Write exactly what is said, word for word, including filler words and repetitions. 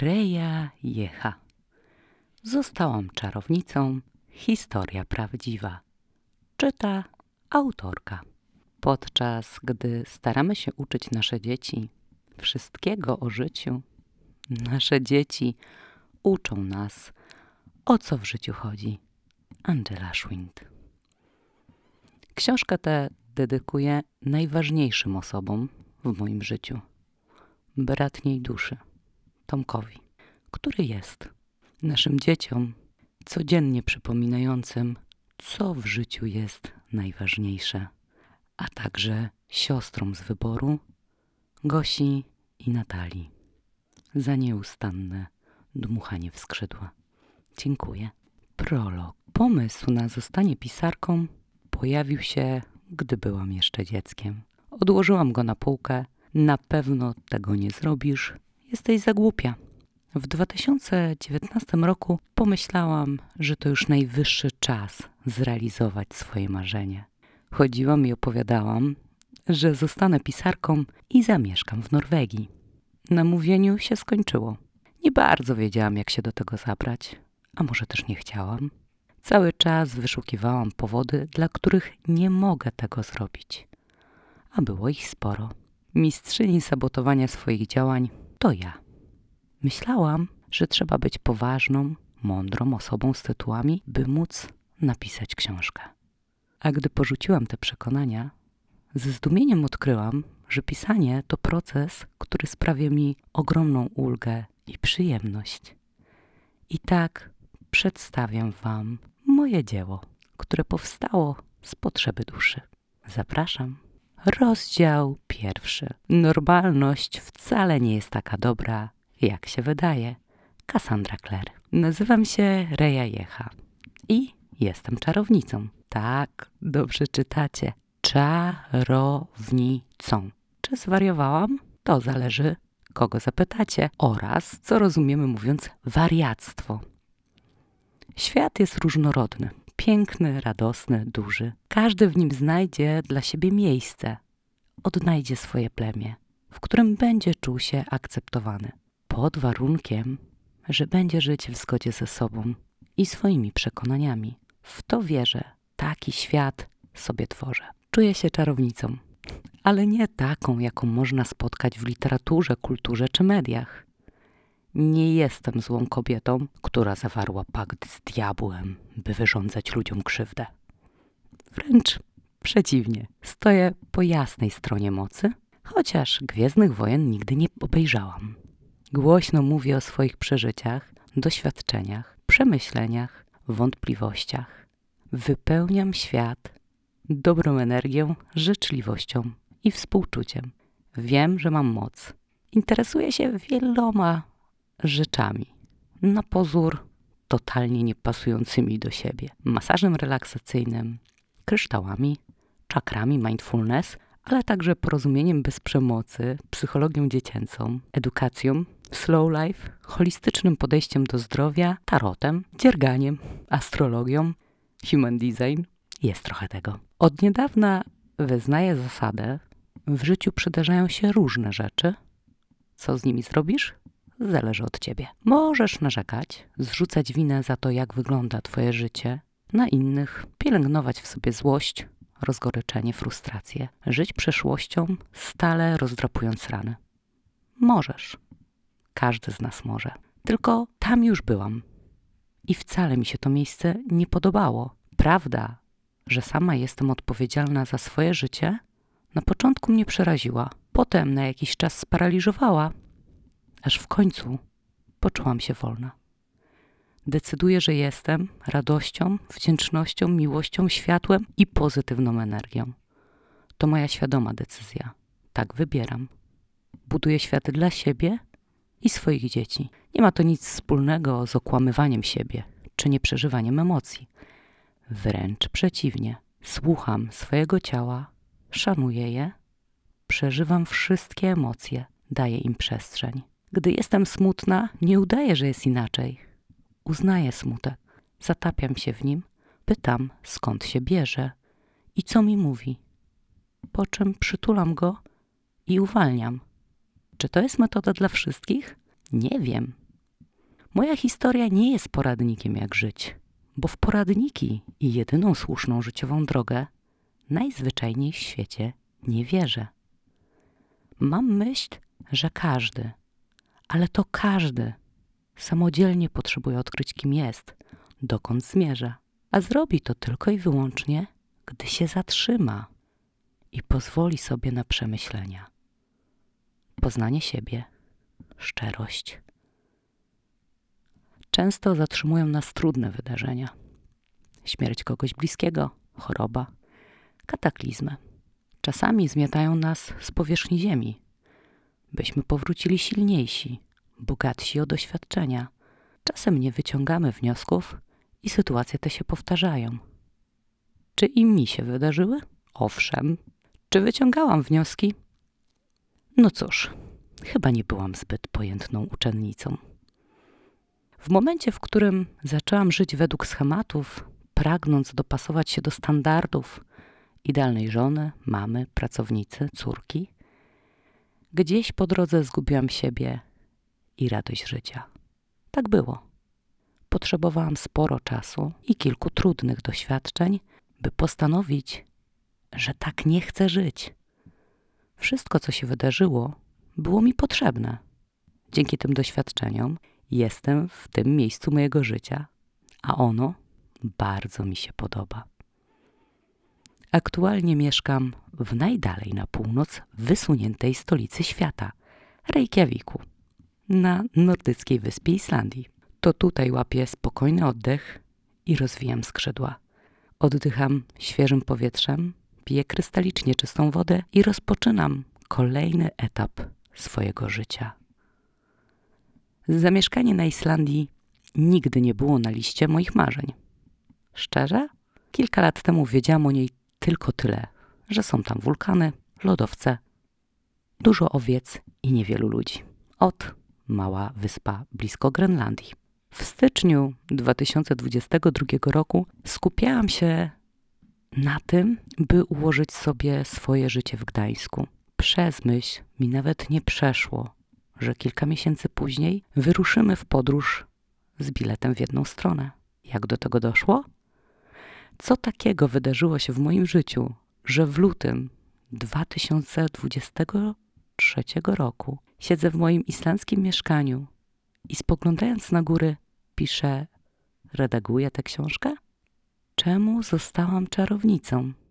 Reja Jecha. Zostałam czarownicą. Historia prawdziwa. Czyta autorka. Podczas gdy staramy się uczyć nasze dzieci wszystkiego o życiu, nasze dzieci uczą nas, o co w życiu chodzi. Angela Schwind. Książkę tę dedykuję najważniejszym osobom w moim życiu. Bratniej duszy, Tomkowi, który jest naszym dzieciom codziennie przypominającym, co w życiu jest najważniejsze, a także siostrom z wyboru, Gosi i Natalii, za nieustanne dmuchanie w skrzydła. Dziękuję. Prolog. Pomysł na zostanie pisarką pojawił się, gdy byłam jeszcze dzieckiem. Odłożyłam go na półkę. Na pewno tego nie zrobisz. Jesteś za głupia. W dwa tysiące dziewiętnastym roku pomyślałam, że to już najwyższy czas zrealizować swoje marzenie. Chodziłam i opowiadałam, że zostanę pisarką i zamieszkam w Norwegii. Na mówieniu się skończyło. Nie bardzo wiedziałam, jak się do tego zabrać, a może też nie chciałam. Cały czas wyszukiwałam powody, dla których nie mogę tego zrobić. A było ich sporo. Mistrzyni sabotowania swoich działań to ja. Myślałam, że trzeba być poważną, mądrą osobą z tytułami, by móc napisać książkę. A gdy porzuciłam te przekonania, ze zdumieniem odkryłam, że pisanie to proces, który sprawia mi ogromną ulgę i przyjemność. I tak przedstawiam wam moje dzieło, które powstało z potrzeby duszy. Zapraszam. Rozdział pierwszy. Normalność wcale nie jest taka dobra, jak się wydaje. Cassandra Clare. Nazywam się Reja Jecha i jestem czarownicą. Tak, dobrze czytacie. Czarownicą. Czy zwariowałam? To zależy, kogo zapytacie oraz co rozumiemy mówiąc wariactwo. Świat jest różnorodny. Piękny, radosny, duży. Każdy w nim znajdzie dla siebie miejsce. Odnajdzie swoje plemię, w którym będzie czuł się akceptowany. Pod warunkiem, że będzie żyć w zgodzie ze sobą i swoimi przekonaniami. W to wierzę. Taki świat sobie tworzę. Czuję się czarownicą, ale nie taką, jaką można spotkać w literaturze, kulturze czy mediach. Nie jestem złą kobietą, która zawarła pakt z diabłem, by wyrządzać ludziom krzywdę. Wręcz przeciwnie. Stoję po jasnej stronie mocy, chociaż Gwiezdnych Wojen nigdy nie obejrzałam. Głośno mówię o swoich przeżyciach, doświadczeniach, przemyśleniach, wątpliwościach. Wypełniam świat dobrą energią, życzliwością i współczuciem. Wiem, że mam moc. Interesuję się wieloma rzeczami, na pozór totalnie niepasującymi do siebie. Masażem relaksacyjnym, kryształami, czakrami, mindfulness, ale także porozumieniem bez przemocy, psychologią dziecięcą, edukacją, slow life, holistycznym podejściem do zdrowia, tarotem, dzierganiem, astrologią, human design. Jest trochę tego. Od niedawna wyznaję zasadę, w życiu przydarzają się różne rzeczy. Co z nimi zrobisz? Zależy od ciebie. Możesz narzekać, zrzucać winę za to, jak wygląda twoje życie, na innych, pielęgnować w sobie złość, rozgoryczenie, frustrację, żyć przeszłością, stale rozdrapując rany. Możesz. Każdy z nas może. Tylko tam już byłam. I wcale mi się to miejsce nie podobało. Prawda, że sama jestem odpowiedzialna za swoje życie, na początku mnie przeraziła. Potem na jakiś czas sparaliżowała. Aż w końcu poczułam się wolna. Decyduję, że jestem radością, wdzięcznością, miłością, światłem i pozytywną energią. To moja świadoma decyzja. Tak wybieram. Buduję świat dla siebie i swoich dzieci. Nie ma to nic wspólnego z okłamywaniem siebie czy nieprzeżywaniem emocji. Wręcz przeciwnie. Słucham swojego ciała, szanuję je, przeżywam wszystkie emocje, daję im przestrzeń. Gdy jestem smutna, nie udaję, że jest inaczej. Uznaję smutek, zatapiam się w nim, pytam, skąd się bierze i co mi mówi. Po czym przytulam go i uwalniam. Czy to jest metoda dla wszystkich? Nie wiem. Moja historia nie jest poradnikiem, jak żyć, bo w poradniki i jedyną słuszną życiową drogę najzwyczajniej w świecie nie wierzę. Mam myśl, że każdy, ale to każdy, samodzielnie potrzebuje odkryć, kim jest, dokąd zmierza, a zrobi to tylko i wyłącznie, gdy się zatrzyma i pozwoli sobie na przemyślenia. Poznanie siebie, szczerość. Często zatrzymują nas trudne wydarzenia. Śmierć kogoś bliskiego, choroba, kataklizmy. Czasami zmiatają nas z powierzchni ziemi, byśmy powrócili silniejsi, bogatsi o doświadczenia. Czasem nie wyciągamy wniosków i sytuacje te się powtarzają. Czy i mi się wydarzyły? Owszem. Czy wyciągałam wnioski? No cóż, chyba nie byłam zbyt pojętną uczennicą. W momencie, w którym zaczęłam żyć według schematów, pragnąc dopasować się do standardów idealnej żony, mamy, pracownicy, córki, gdzieś po drodze zgubiłam siebie i radość życia. Tak było. Potrzebowałam sporo czasu i kilku trudnych doświadczeń, by postanowić, że tak nie chcę żyć. Wszystko, co się wydarzyło, było mi potrzebne. Dzięki tym doświadczeniom jestem w tym miejscu mojego życia, a ono bardzo mi się podoba. Aktualnie mieszkam w najdalej na północ wysuniętej stolicy świata, Reykjaviku, na nordyckiej wyspie Islandii. To tutaj łapię spokojny oddech i rozwijam skrzydła. Oddycham świeżym powietrzem, piję krystalicznie czystą wodę i rozpoczynam kolejny etap swojego życia. Zamieszkanie na Islandii nigdy nie było na liście moich marzeń. Szczerze? Kilka lat temu wiedziałam o niej tylko tyle, że są tam wulkany, lodowce, dużo owiec i niewielu ludzi. Ot, mała wyspa blisko Grenlandii. W styczniu dwa tysiące dwudziestego drugiego roku skupiałam się na tym, by ułożyć sobie swoje życie w Gdańsku. Przez myśl mi nawet nie przeszło, że kilka miesięcy później wyruszymy w podróż z biletem w jedną stronę. Jak do tego doszło? Co takiego wydarzyło się w moim życiu, że w lutym dwa tysiące dwudziestego trzeciego roku siedzę w moim islandzkim mieszkaniu i spoglądając na góry piszę, redaguję tę książkę? Czemu zostałam czarownicą?